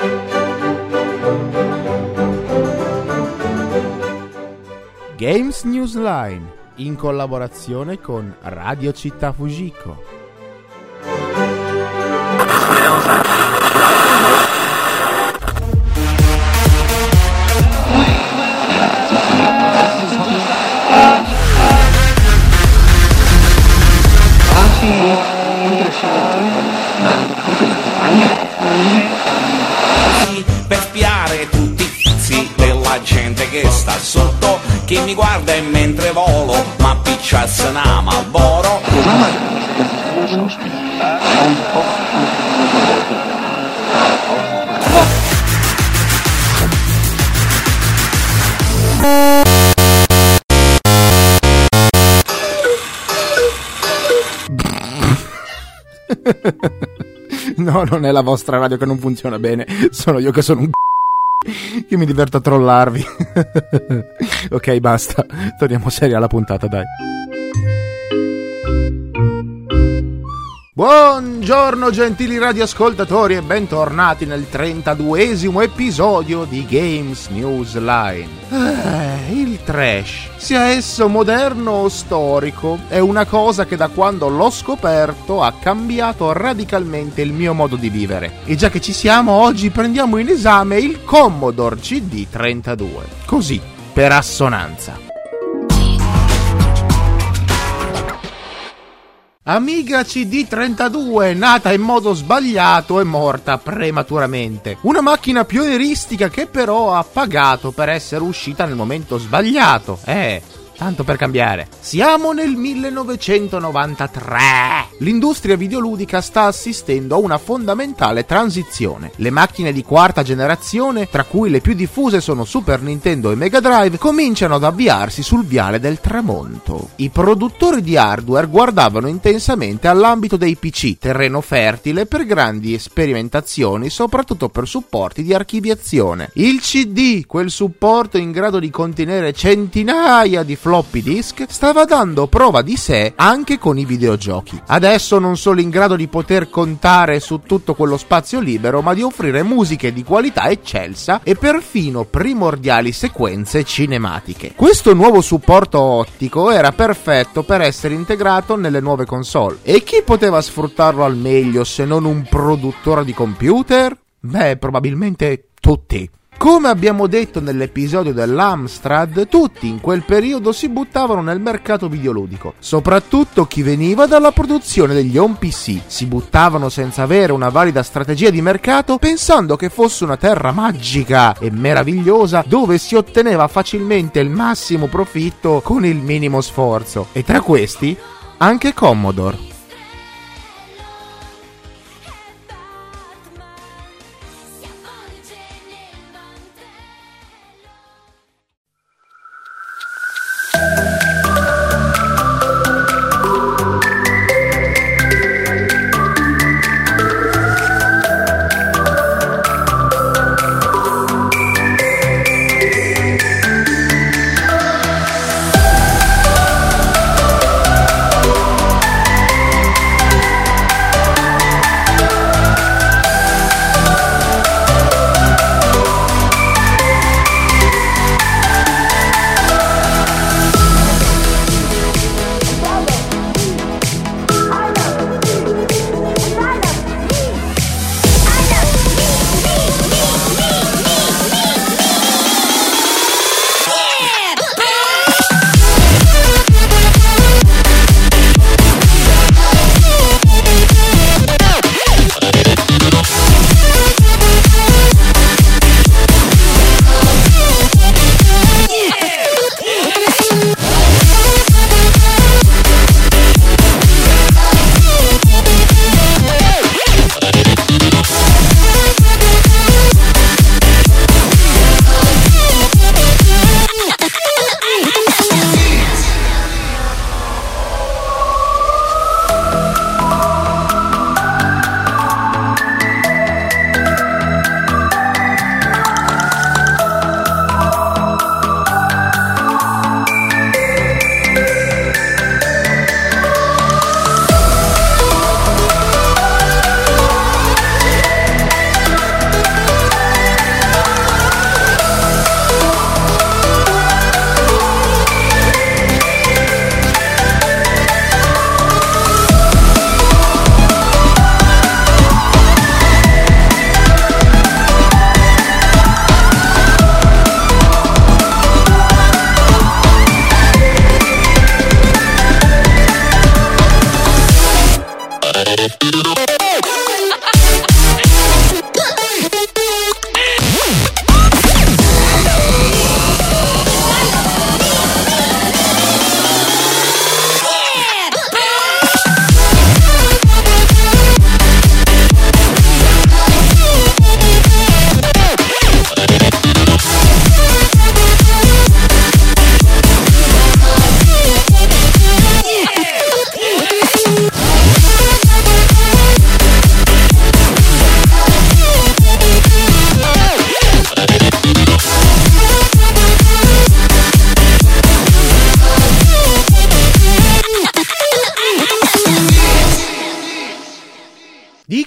Games Newsline in collaborazione con Radio Città Fujiko. Per spiare tutti i pizzi della gente che sta sotto, che mi guarda e mentre volo ma picciasse una Marlboro. No, non è la vostra radio che non funziona bene, sono io che sono un che mi diverto a trollarvi. Ok, basta, torniamo seri alla puntata, dai. Buongiorno gentili radioascoltatori e bentornati nel 32esimo episodio di Games Newsline. Il trash, sia esso moderno o storico, è una cosa che da quando l'ho scoperto ha cambiato radicalmente il mio modo di vivere. E già che ci siamo, oggi prendiamo in esame il Commodore CD32. Così, per assonanza. Amiga CD32, nata in modo sbagliato e morta prematuramente. Una macchina pionieristica che però ha pagato per essere uscita nel momento sbagliato. Tanto per cambiare. Siamo nel 1993. L'industria videoludica sta assistendo a una fondamentale transizione. Le macchine di quarta generazione, tra cui le più diffuse sono Super Nintendo e Mega Drive, cominciano ad avviarsi sul viale del tramonto. I produttori di hardware guardavano intensamente all'ambito dei PC, terreno fertile per grandi sperimentazioni, soprattutto per supporti di archiviazione. Il CD, quel supporto in grado di contenere centinaia di floppy disk, stava dando prova di sé anche con i videogiochi. Adesso non solo in grado di poter contare su tutto quello spazio libero, ma di offrire musiche di qualità eccelsa e perfino primordiali sequenze cinematiche. Questo nuovo supporto ottico era perfetto per essere integrato nelle nuove console. E chi poteva sfruttarlo al meglio se non un produttore di computer? Beh, probabilmente tutti. Come abbiamo detto nell'episodio dell'Amstrad, tutti in quel periodo si buttavano nel mercato videoludico, soprattutto chi veniva dalla produzione degli home PC. Si buttavano senza avere una valida strategia di mercato, pensando che fosse una terra magica e meravigliosa dove si otteneva facilmente il massimo profitto con il minimo sforzo. E tra questi, anche Commodore.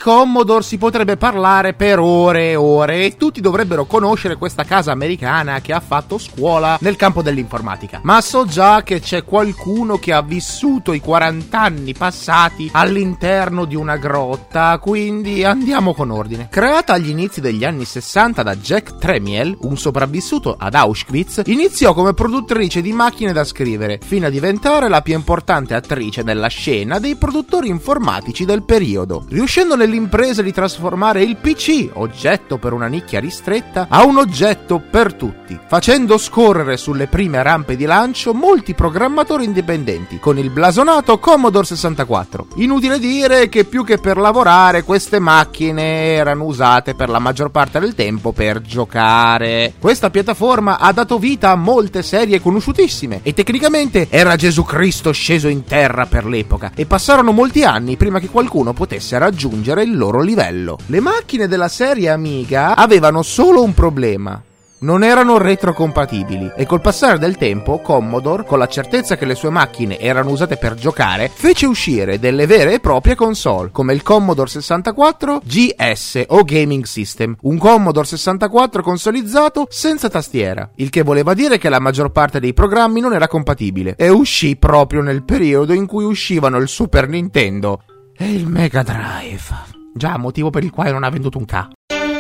Commodore si potrebbe parlare per ore e ore e tutti dovrebbero conoscere questa casa americana che ha fatto scuola nel campo dell'informatica. Ma so già che c'è qualcuno che ha vissuto i 40 anni passati all'interno di una grotta, quindi andiamo con ordine. Creata agli inizi degli anni 60 da Jack Tramiel, un sopravvissuto ad Auschwitz, iniziò come produttrice di macchine da scrivere, fino a diventare la più importante attrice nella scena dei produttori informatici del periodo, riuscendo nell'impresa di trasformare il PC, oggetto per una nicchia ristretta, a un oggetto per tutti, facendo scorrere sulle prime rampe di lancio molti programmatori indipendenti con il blasonato Commodore 64. Inutile dire che più che per lavorare queste macchine erano usate per la maggior parte del tempo per giocare. Questa piattaforma ha dato vita a molte serie conosciutissime e tecnicamente era Gesù Cristo sceso in terra per l'epoca, e passarono molti anni prima che qualcuno potesse raggiungere il loro livello. Le macchine della serie Amiga avevano solo un problema: non erano retrocompatibili, e col passare del tempo Commodore, con la certezza che le sue macchine erano usate per giocare, fece uscire delle vere e proprie console, come il Commodore 64 GS o Gaming System, un Commodore 64 consolizzato senza tastiera, il che voleva dire che la maggior parte dei programmi non era compatibile, e uscì proprio nel periodo in cui uscivano il Super Nintendo e il Mega Drive. Già, motivo per il quale non ha venduto un K.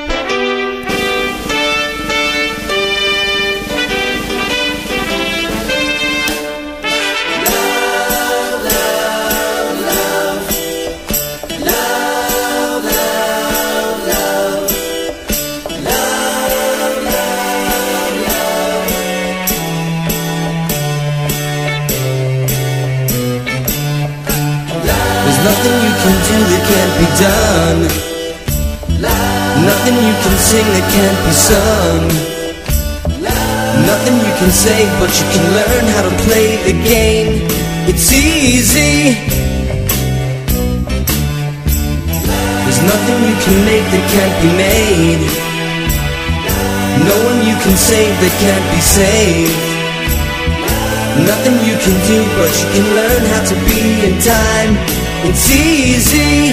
Nothing you can do that can't be done. Nothing you can sing that can't be sung. Nothing you can say, but you can learn how to play the game. It's easy. There's nothing you can make that can't be made. No one you can save that can't be saved. Nothing you can do, but you can learn how to be in time. It's easy.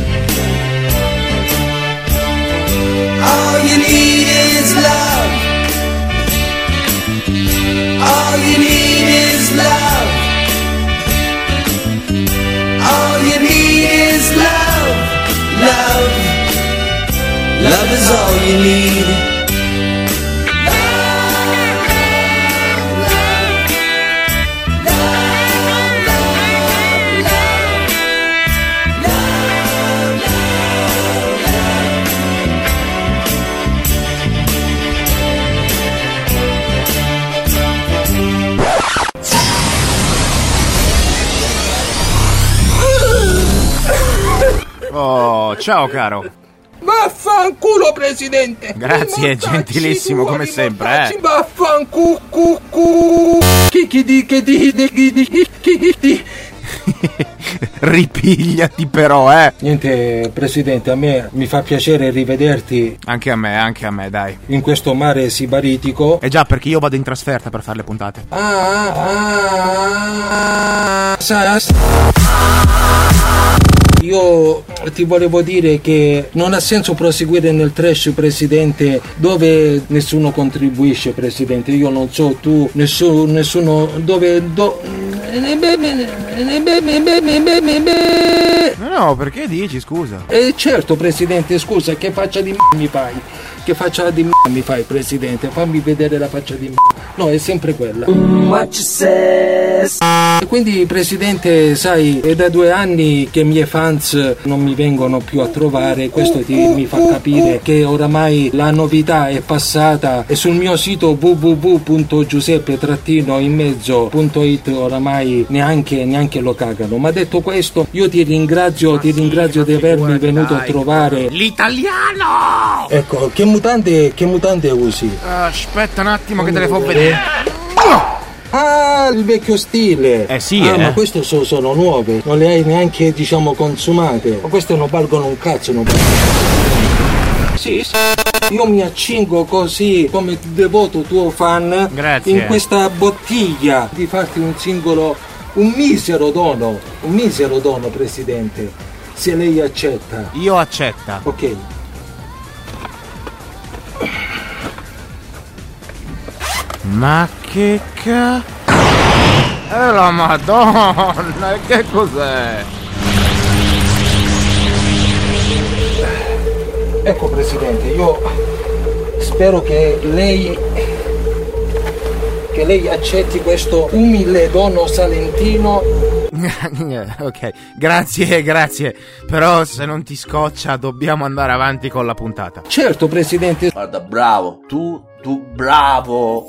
All you need is love. All you need is love. All you need is love. Love. Love is all you need. Oh, ciao caro. Vaffanculo, presidente. Grazie, gentilissimo come sempre, Vaffanculo. Ripigliati però, Niente, presidente, a me mi fa piacere rivederti Anche a me, dai. in questo mare sibaritico. Già, perché io vado in trasferta per fare le puntate. Io ti volevo dire che non ha senso proseguire nel trash, presidente, dove nessuno contribuisce, presidente. Io non so, tu, nessuno No, perché dici, scusa? Certo, presidente, scusa, che faccia di mi fai? Che faccia di mi fai, presidente? Fammi vedere la faccia di No, è sempre quella. E quindi, presidente, sai, è da 2 anni che i miei fans non mi vengono più a trovare. Questo mi fa capire che oramai la novità è passata, e sul mio sito www.giuseppe-inmezzo.it oramai neanche lo cagano. Ma detto questo, io ti ringrazio di avermi venuto a trovare. L'italiano! Ecco, che mutande usi? Aspetta un attimo che te le fa vedere. Ah, il vecchio stile. Sì, ma queste sono nuove, non le hai neanche, consumate. Ma queste non valgono un cazzo, non Sì, io mi accingo così, come devoto tuo fan, Grazie. in questa bottiglia, di farti un misero dono, presidente. se lei accetta. Io accetta. Ok. Ma che la Madonna, che cos'è? Ecco Presidente, io spero che lei accetti questo umile dono salentino. Ok, grazie. Però se non ti scoccia dobbiamo andare avanti con la puntata. Certo Presidente. Guarda, bravo, tu bravo.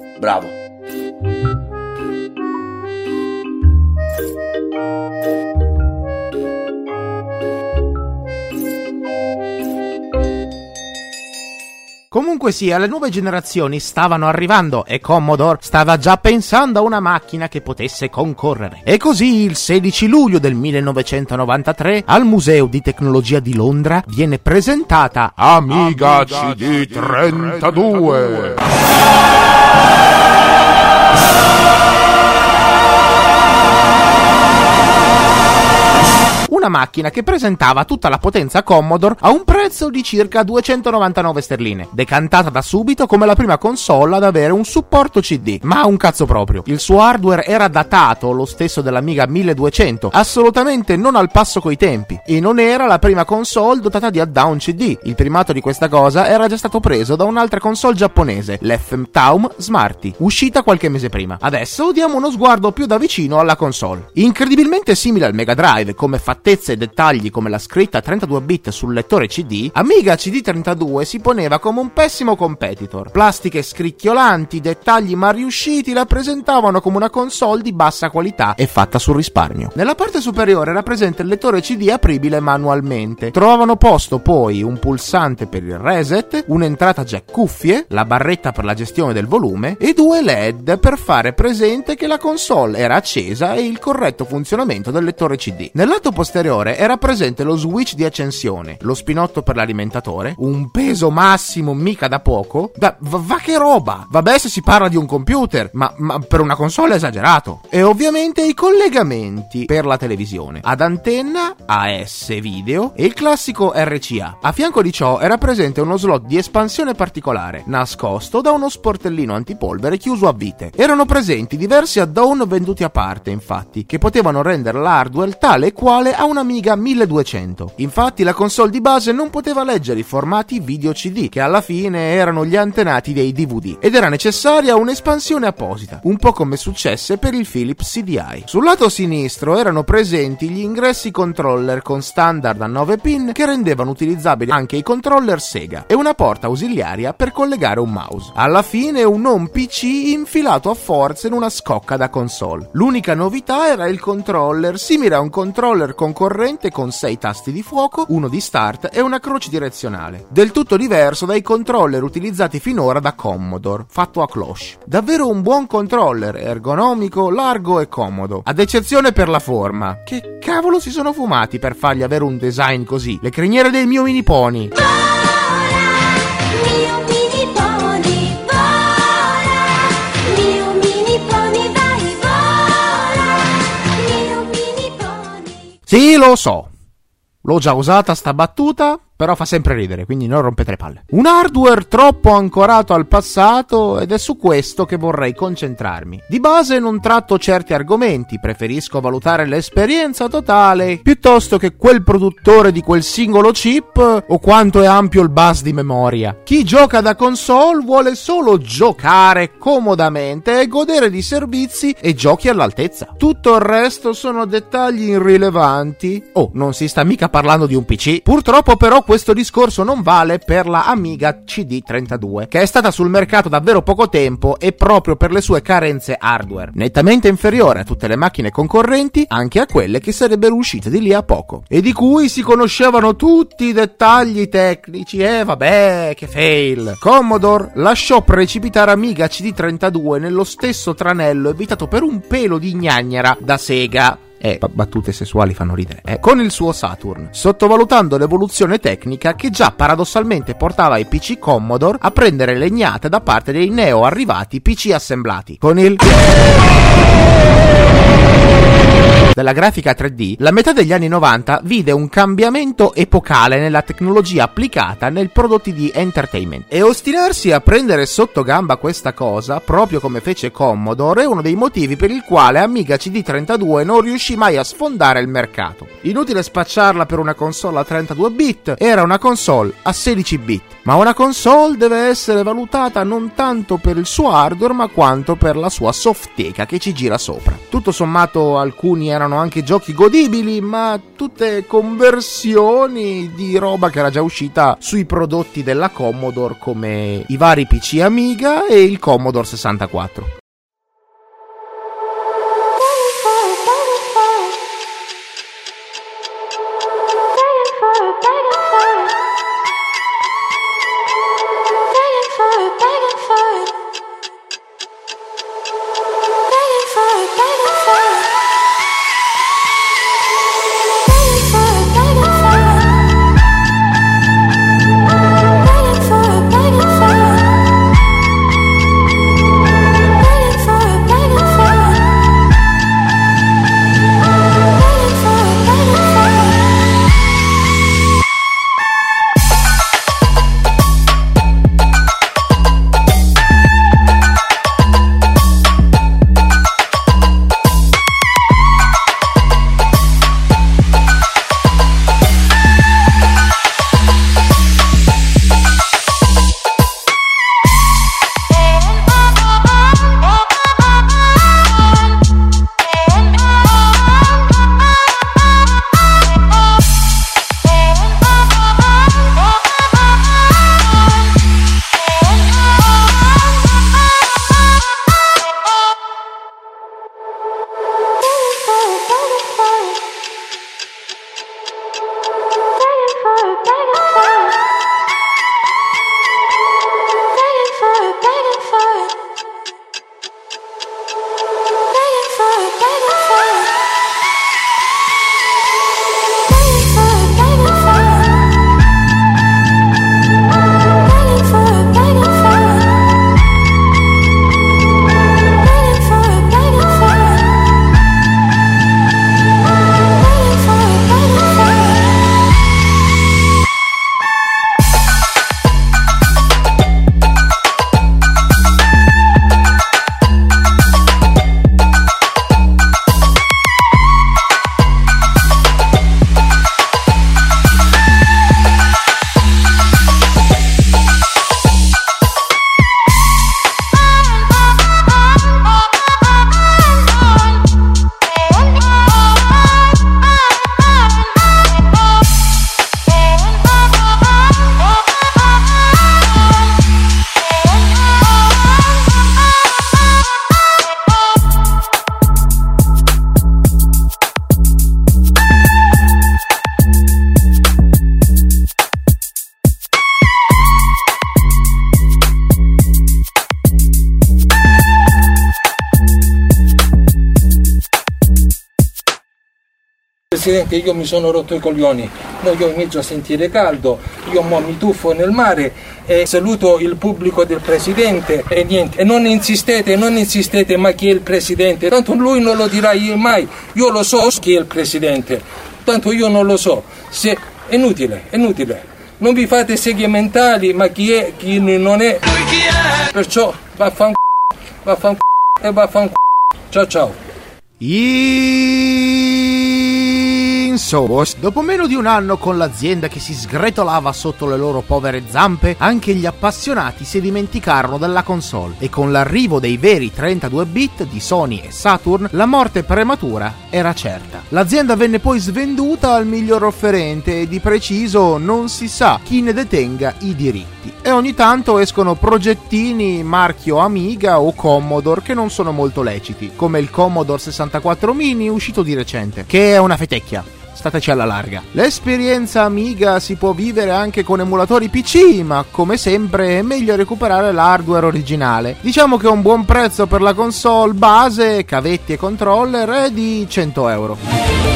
Comunque sia, le nuove generazioni stavano arrivando e Commodore stava già pensando a una macchina che potesse concorrere. E così il 16 luglio del 1993 al Museo di Tecnologia di Londra viene presentata Amiga CD32. Una macchina che presentava tutta la potenza Commodore a un prezzo di circa 299 sterline, decantata da subito come la prima console ad avere un supporto CD, ma un cazzo proprio. Il suo hardware era datato, lo stesso dell'Amiga 1200, assolutamente non al passo coi tempi, e non era la prima console dotata di add-on CD. Il primato di questa cosa era già stato preso da un'altra console giapponese, l'FMTaum Smarty, uscita qualche mese prima. Adesso diamo uno sguardo più da vicino alla console. Incredibilmente simile al Mega Drive come fattezza e dettagli come la scritta 32 bit sul lettore CD, Amiga CD32 si poneva come un pessimo competitor. Plastiche scricchiolanti, dettagli mal riusciti la presentavano come una console di bassa qualità e fatta sul risparmio. Nella parte superiore era presente il lettore CD apribile manualmente. Trovavano posto poi un pulsante per il reset, un'entrata jack cuffie, la barretta per la gestione del volume e 2 LED per fare presente che la console era accesa e il corretto funzionamento del lettore CD. Nel lato posteriore era presente lo switch di accensione, lo spinotto per l'alimentatore, un peso massimo mica da poco. Va che roba! Vabbè se si parla di un computer, ma per una console è esagerato. E ovviamente i collegamenti per la televisione, ad antenna, AS video e il classico RCA. A fianco di ciò era presente uno slot di espansione particolare, nascosto da uno sportellino antipolvere chiuso a vite. Erano presenti diversi add-on venduti a parte, infatti, che potevano rendere l'hardware tale e quale a un'Amiga 1200. Infatti la console di base non poteva leggere i formati video CD, che alla fine erano gli antenati dei DVD, ed era necessaria un'espansione apposita, un po' come successe per il Philips CDI. Sul lato sinistro erano presenti gli ingressi controller con standard a 9 pin che rendevano utilizzabili anche i controller Sega e una porta ausiliaria per collegare un mouse. Alla fine un home PC infilato a forza in una scocca da console. L'unica novità era il controller, simile a un controller concorrente con 6 tasti di fuoco, uno di start e una croce direzionale, del tutto diverso dai controller utilizzati finora da Commodore, fatto a cloche. Davvero un buon controller, ergonomico, largo e comodo, ad eccezione per la forma. Che cavolo si sono fumati per fargli avere un design così? Le criniere del mio mini pony. Sì, lo so. L'ho già usata sta battuta, però fa sempre ridere, quindi non rompete le palle. Un hardware troppo ancorato al passato ed è su questo che vorrei concentrarmi. Di base non tratto certi argomenti, preferisco valutare l'esperienza totale piuttosto che quel produttore di quel singolo chip o quanto è ampio il bus di memoria. Chi gioca da console vuole solo giocare comodamente e godere di servizi e giochi all'altezza. Tutto il resto sono dettagli irrilevanti. Oh, non si sta mica parlando di un PC. Purtroppo però questo discorso non vale per la Amiga CD32, che è stata sul mercato davvero poco tempo e proprio per le sue carenze hardware, nettamente inferiore a tutte le macchine concorrenti, anche a quelle che sarebbero uscite di lì a poco, e di cui si conoscevano tutti i dettagli tecnici. Vabbè, che fail! Commodore lasciò precipitare Amiga CD32 nello stesso tranello evitato per un pelo di gnagnera da Sega. Battute sessuali fanno ridere. Con il suo Saturn, sottovalutando l'evoluzione tecnica che già paradossalmente portava i PC Commodore a prendere legnate da parte dei neo arrivati PC assemblati. Con il della grafica 3D, la metà degli anni 90 vide un cambiamento epocale nella tecnologia applicata nei prodotti di entertainment. E ostinarsi a prendere sotto gamba questa cosa, proprio come fece Commodore, è uno dei motivi per il quale Amiga CD32 non riuscì mai a sfondare il mercato. Inutile spacciarla per una console a 32 bit, era una console a 16 bit. Ma una console deve essere valutata non tanto per il suo hardware ma quanto per la sua softeca che ci gira sopra. Tutto sommato alcuni erano anche giochi godibili, ma tutte conversioni di roba che era già uscita sui prodotti della Commodore come i vari PC Amiga e il Commodore 64. Presidente, io mi sono rotto i coglioni, io inizio a sentire caldo, io mo mi tuffo nel mare e saluto il pubblico del Presidente e niente, e non insistete, ma chi è il Presidente? Tanto lui non lo dirà mai, io lo so chi è il Presidente, tanto io non lo so, è inutile, non vi fate seghe mentali, ma chi è, chi non è, perciò vaffanculo, ciao. Insomma, dopo meno di un anno con l'azienda che si sgretolava sotto le loro povere zampe, anche gli appassionati si dimenticarono della console e con l'arrivo dei veri 32 bit di Sony e Saturn la morte prematura era certa. L'azienda venne poi svenduta al miglior offerente e di preciso non si sa chi ne detenga i diritti. E ogni tanto escono progettini marchio Amiga o Commodore che non sono molto leciti, come il Commodore 64 Mini uscito di recente, che è una fetecchia. Stateci alla larga. L'esperienza Amiga si può vivere anche con emulatori PC, ma come sempre è meglio recuperare l'hardware originale. Diciamo che un buon prezzo per la console base, cavetti e controller è di 100 euro.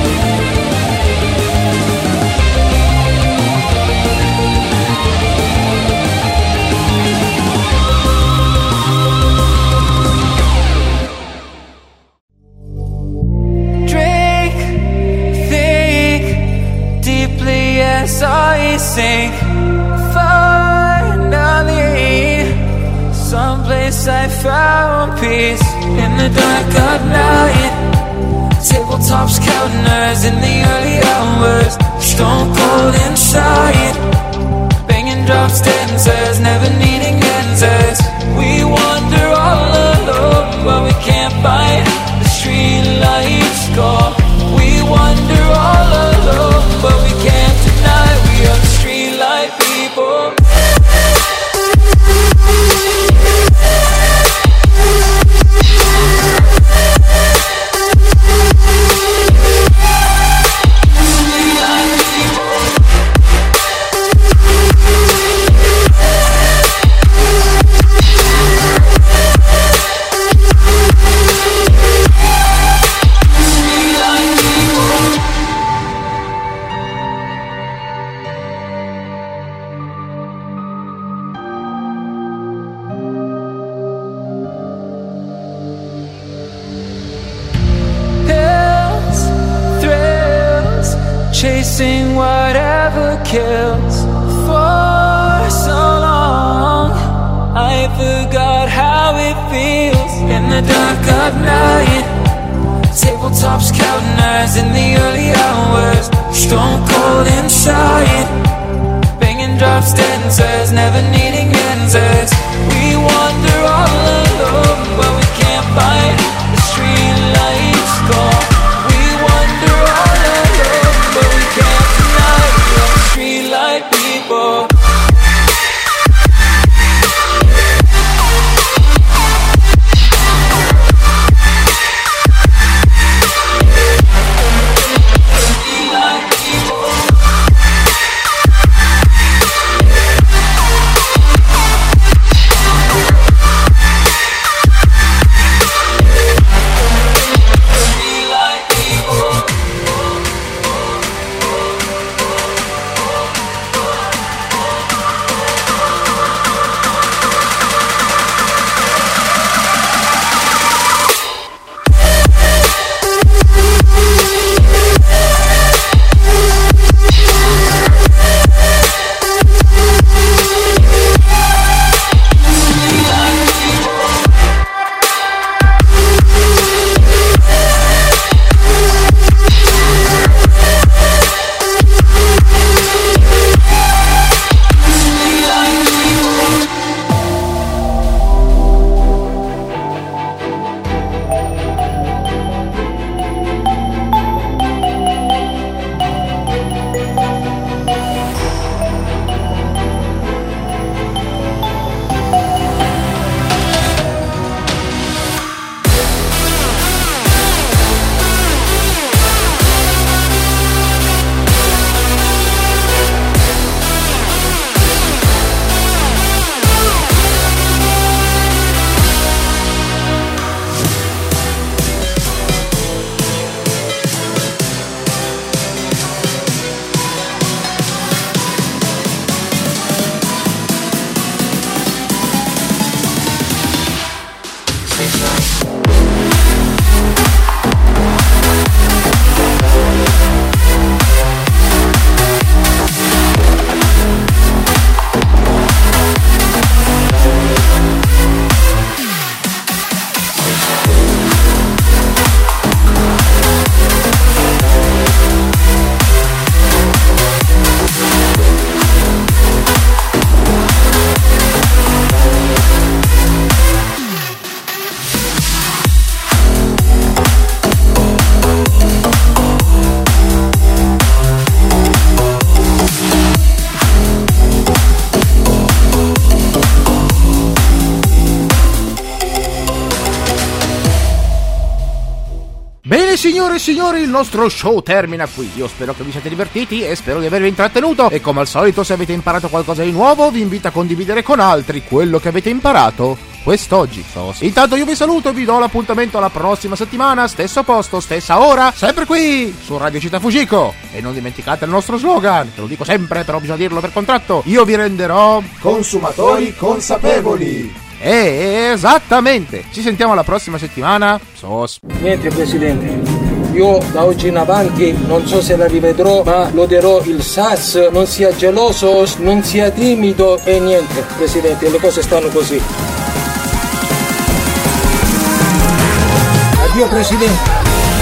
place I found peace in the dark of night. Tabletops counting hours in the early hours, stone cold inside. Banging drops, dancers, never needing answers. We wander all alone, but we can't find the street lights go. We wander all alone, but we can't deny we are the street light people. Chasing whatever kills. For so long I forgot how it feels in the dark of night. Tabletops counting hours in the early hours, stone cold inside. Banging drops, dancers, never needing answers. We wander all alone, but we can't find the street lights go. We wander all alone, but we can't deny we're the street light people. Signore e signori, il nostro show termina qui. Io spero che vi siate divertiti e spero di avervi intrattenuto. E come al solito, se avete imparato qualcosa di nuovo, vi invito a condividere con altri quello che avete imparato quest'oggi. Intanto io vi saluto e vi do l'appuntamento alla prossima settimana, stesso posto, stessa ora, sempre qui su Radio Città Fujiko. E non dimenticate il nostro slogan, che lo dico sempre, però bisogna dirlo per contratto: io vi renderò consumatori consapevoli. Esattamente. Ci sentiamo alla prossima settimana. Niente, Presidente, io da oggi in avanti non so se la rivedrò, ma loderò il SAS. Non sia geloso, non sia timido e niente, Presidente, le cose stanno così. Dio Presidente.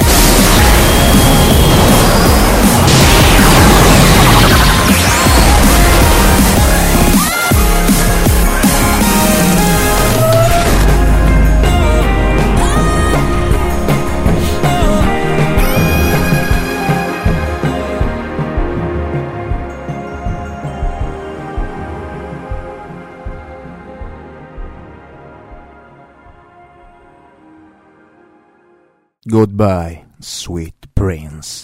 Goodbye, sweet prince.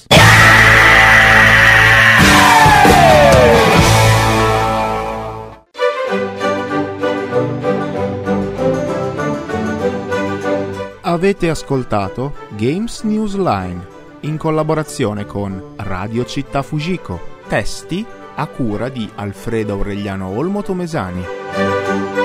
Avete ascoltato Games News Line in collaborazione con Radio Città Fujiko. Testi a cura di Alfredo Aureliano Olmo Tomesani.